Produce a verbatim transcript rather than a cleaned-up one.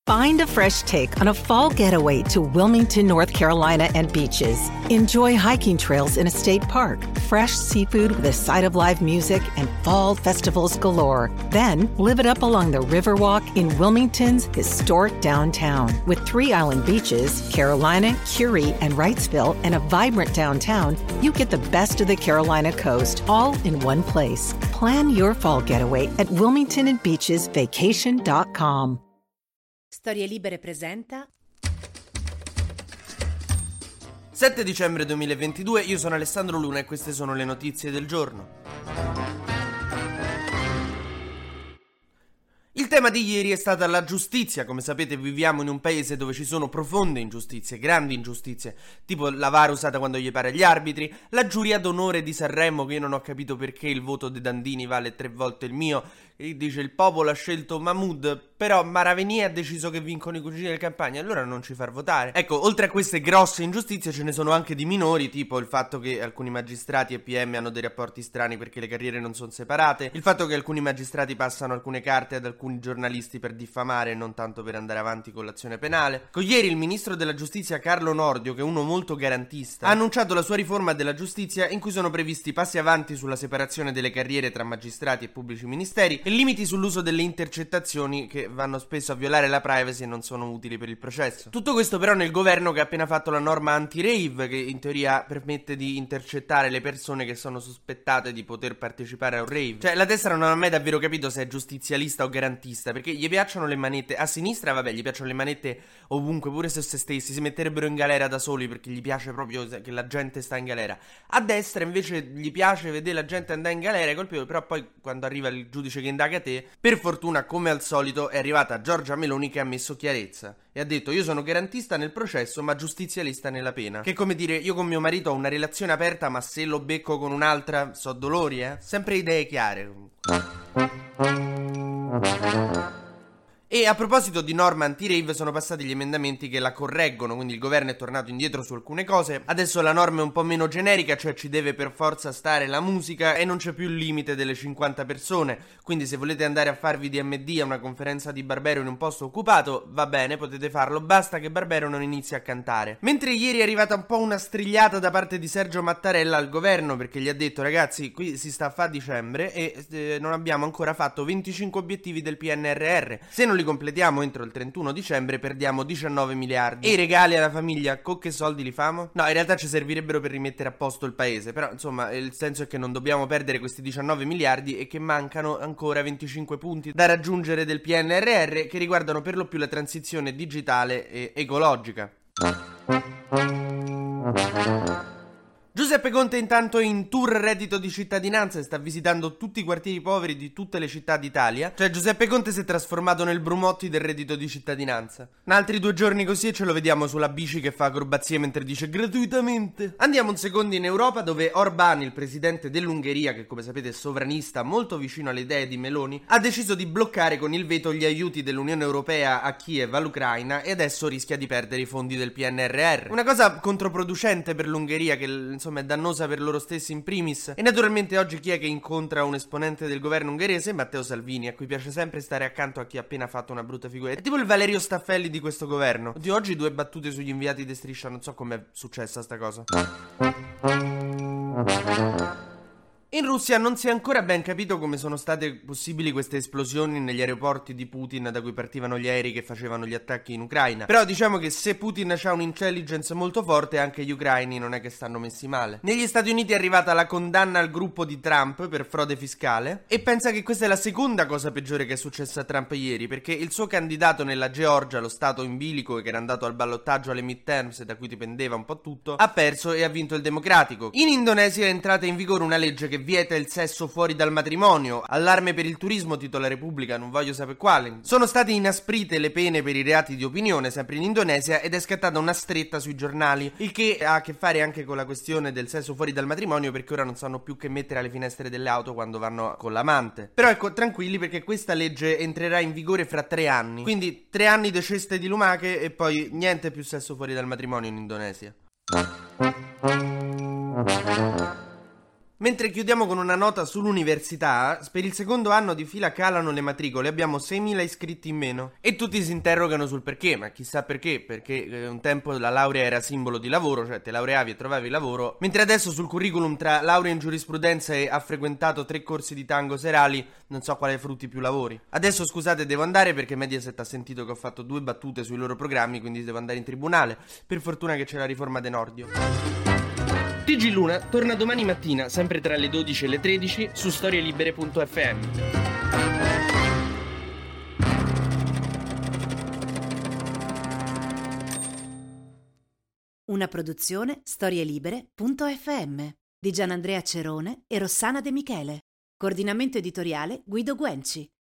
Find a fresh take on a fall getaway to Wilmington, North Carolina and beaches. Enjoy hiking trails in a state park, fresh seafood with a side of live music, and fall festivals galore. Then live it up along the Riverwalk in Wilmington's historic downtown. With three island beaches, Carolina, Curie, and Wrightsville, and a vibrant downtown, you get the best of the Carolina coast all in one place. Plan your fall getaway at wilmington and beaches vacation dot com. Storie Libere presenta sette dicembre duemilaventidue, io sono Alessandro Luna e queste sono le notizie del giorno. Il tema di ieri è stata la giustizia. Come sapete viviamo in un paese dove ci sono profonde ingiustizie, grandi ingiustizie, tipo la vara usata quando gli pare agli arbitri, la giuria d'onore di Sanremo che io non ho capito perché il voto dei Dandini vale tre volte il mio, e dice il popolo ha scelto Mahmood, però Maraveni ha deciso che vincono i cugini del Campania, allora non ci far votare. Ecco, oltre a queste grosse ingiustizie ce ne sono anche di minori, tipo il fatto che alcuni magistrati e P M hanno dei rapporti strani perché le carriere non sono separate, il fatto che alcuni magistrati passano alcune carte ad alcuni giornalisti per diffamare e non tanto per andare avanti con l'azione penale. Con ieri il ministro della giustizia Carlo Nordio, che è uno molto garantista, ha annunciato la sua riforma della giustizia in cui sono previsti passi avanti sulla separazione delle carriere tra magistrati e pubblici ministeri e limiti sull'uso delle intercettazioni che vanno spesso a violare la privacy e non sono utili per il processo. Tutto questo però nel governo che ha appena fatto la norma anti-rave, che in teoria permette di intercettare le persone che sono sospettate di poter partecipare a un rave. Cioè la destra non ha mai davvero capito se è giustizialista o garantista, perché gli piacciono le manette a sinistra, vabbè, gli piacciono le manette ovunque, pure se se stessi si metterebbero in galera da soli perché gli piace proprio che la gente sta in galera. A destra invece gli piace vedere la gente andare in galera, colpito, però poi quando arriva il giudice che indaga te, per fortuna come al solito è arrivata Giorgia Meloni che ha messo chiarezza e ha detto: io sono garantista nel processo ma giustizialista nella pena. Che è come dire, io con mio marito ho una relazione aperta ma se lo becco con un'altra so dolori, eh? Sempre idee chiare. E a proposito di norma anti-rave sono passati gli emendamenti che la correggono, quindi il governo è tornato indietro su alcune cose. Adesso la norma è un po' meno generica, cioè ci deve per forza stare la musica e non c'è più il limite delle cinquanta persone, quindi se volete andare a farvi D M D a una conferenza di Barbero in un posto occupato, va bene, potete farlo, basta che Barbero non inizi a cantare. Mentre ieri è arrivata un po' una strigliata da parte di Sergio Mattarella al governo, perché gli ha detto: ragazzi, qui si sta a fa dicembre e eh, non abbiamo ancora fatto venticinque obiettivi del P N R R, se non li completiamo entro il trentuno dicembre perdiamo diciannove miliardi. E i regali alla famiglia, con che soldi li famo? No, in realtà ci servirebbero per rimettere a posto il paese, però insomma il senso è che non dobbiamo perdere questi diciannove miliardi e che mancano ancora venticinque punti da raggiungere del P N R R che riguardano per lo più la transizione digitale e ecologica. Giuseppe Conte intanto è in tour reddito di cittadinanza e sta visitando tutti i quartieri poveri di tutte le città d'Italia. Cioè Giuseppe Conte si è trasformato nel Brumotti del reddito di cittadinanza. In altri due giorni così e ce lo vediamo sulla bici che fa acrobazie mentre dice gratuitamente. Andiamo un secondo in Europa, dove Orbán, il presidente dell'Ungheria, che come sapete è sovranista molto vicino alle idee di Meloni, ha deciso di bloccare con il veto gli aiuti dell'Unione Europea a Kiev, all'Ucraina, e adesso rischia di perdere i fondi del P N R R. Una cosa controproducente per l'Ungheria che insomma è dannosa per loro stessi in primis. E naturalmente oggi chi è che incontra un esponente del governo ungherese? Matteo Salvini, a cui piace sempre stare accanto a chi ha appena fatto una brutta figura. È tipo il Valerio Staffelli di questo governo. Di oggi due battute sugli inviati di Striscia, non so com'è successa sta cosa. In Russia non si è ancora ben capito come sono state possibili queste esplosioni negli aeroporti di Putin da cui partivano gli aerei che facevano gli attacchi in Ucraina. Però diciamo che se Putin ha un'intelligence molto forte, anche gli ucraini non è che stanno messi male. Negli Stati Uniti è arrivata la condanna al gruppo di Trump per frode fiscale e pensa che questa è la seconda cosa peggiore che è successa a Trump ieri, perché il suo candidato nella Georgia, lo stato in bilico che era andato al ballottaggio alle midterms e da cui dipendeva un po' tutto, ha perso e ha vinto il democratico. In Indonesia è entrata in vigore una legge che vieta il sesso fuori dal matrimonio. Allarme per il turismo, titola Repubblica, non voglio sapere quale. Sono state inasprite le pene per i reati di opinione, sempre in Indonesia, ed è scattata una stretta sui giornali, il che ha a che fare anche con la questione del sesso fuori dal matrimonio, perché ora non sanno più che mettere alle finestre delle auto quando vanno con l'amante. Però ecco, tranquilli, perché questa legge entrerà in vigore fra tre anni, quindi tre anni di ceste di lumache e poi niente più sesso fuori dal matrimonio in Indonesia. Mentre chiudiamo con una nota sull'università, per il secondo anno di fila calano le matricole, abbiamo seimila iscritti in meno. E tutti si interrogano sul perché, ma chissà perché, perché eh, un tempo la laurea era simbolo di lavoro, cioè te laureavi e trovavi lavoro, mentre adesso sul curriculum tra laurea in giurisprudenza e ha frequentato tre corsi di tango serali, non so quale frutti più lavori. Adesso scusate, devo andare perché Mediaset ha sentito che ho fatto due battute sui loro programmi, quindi devo andare in tribunale. Per fortuna che c'è la riforma De Nordio. T G Luna torna domani mattina, sempre tra le dodici e le tredici, su storielibere punto effe emme. Una produzione storielibere punto effe emme di Gianandrea Cerone e Rossana De Michele. Coordinamento editoriale Guido Guenci.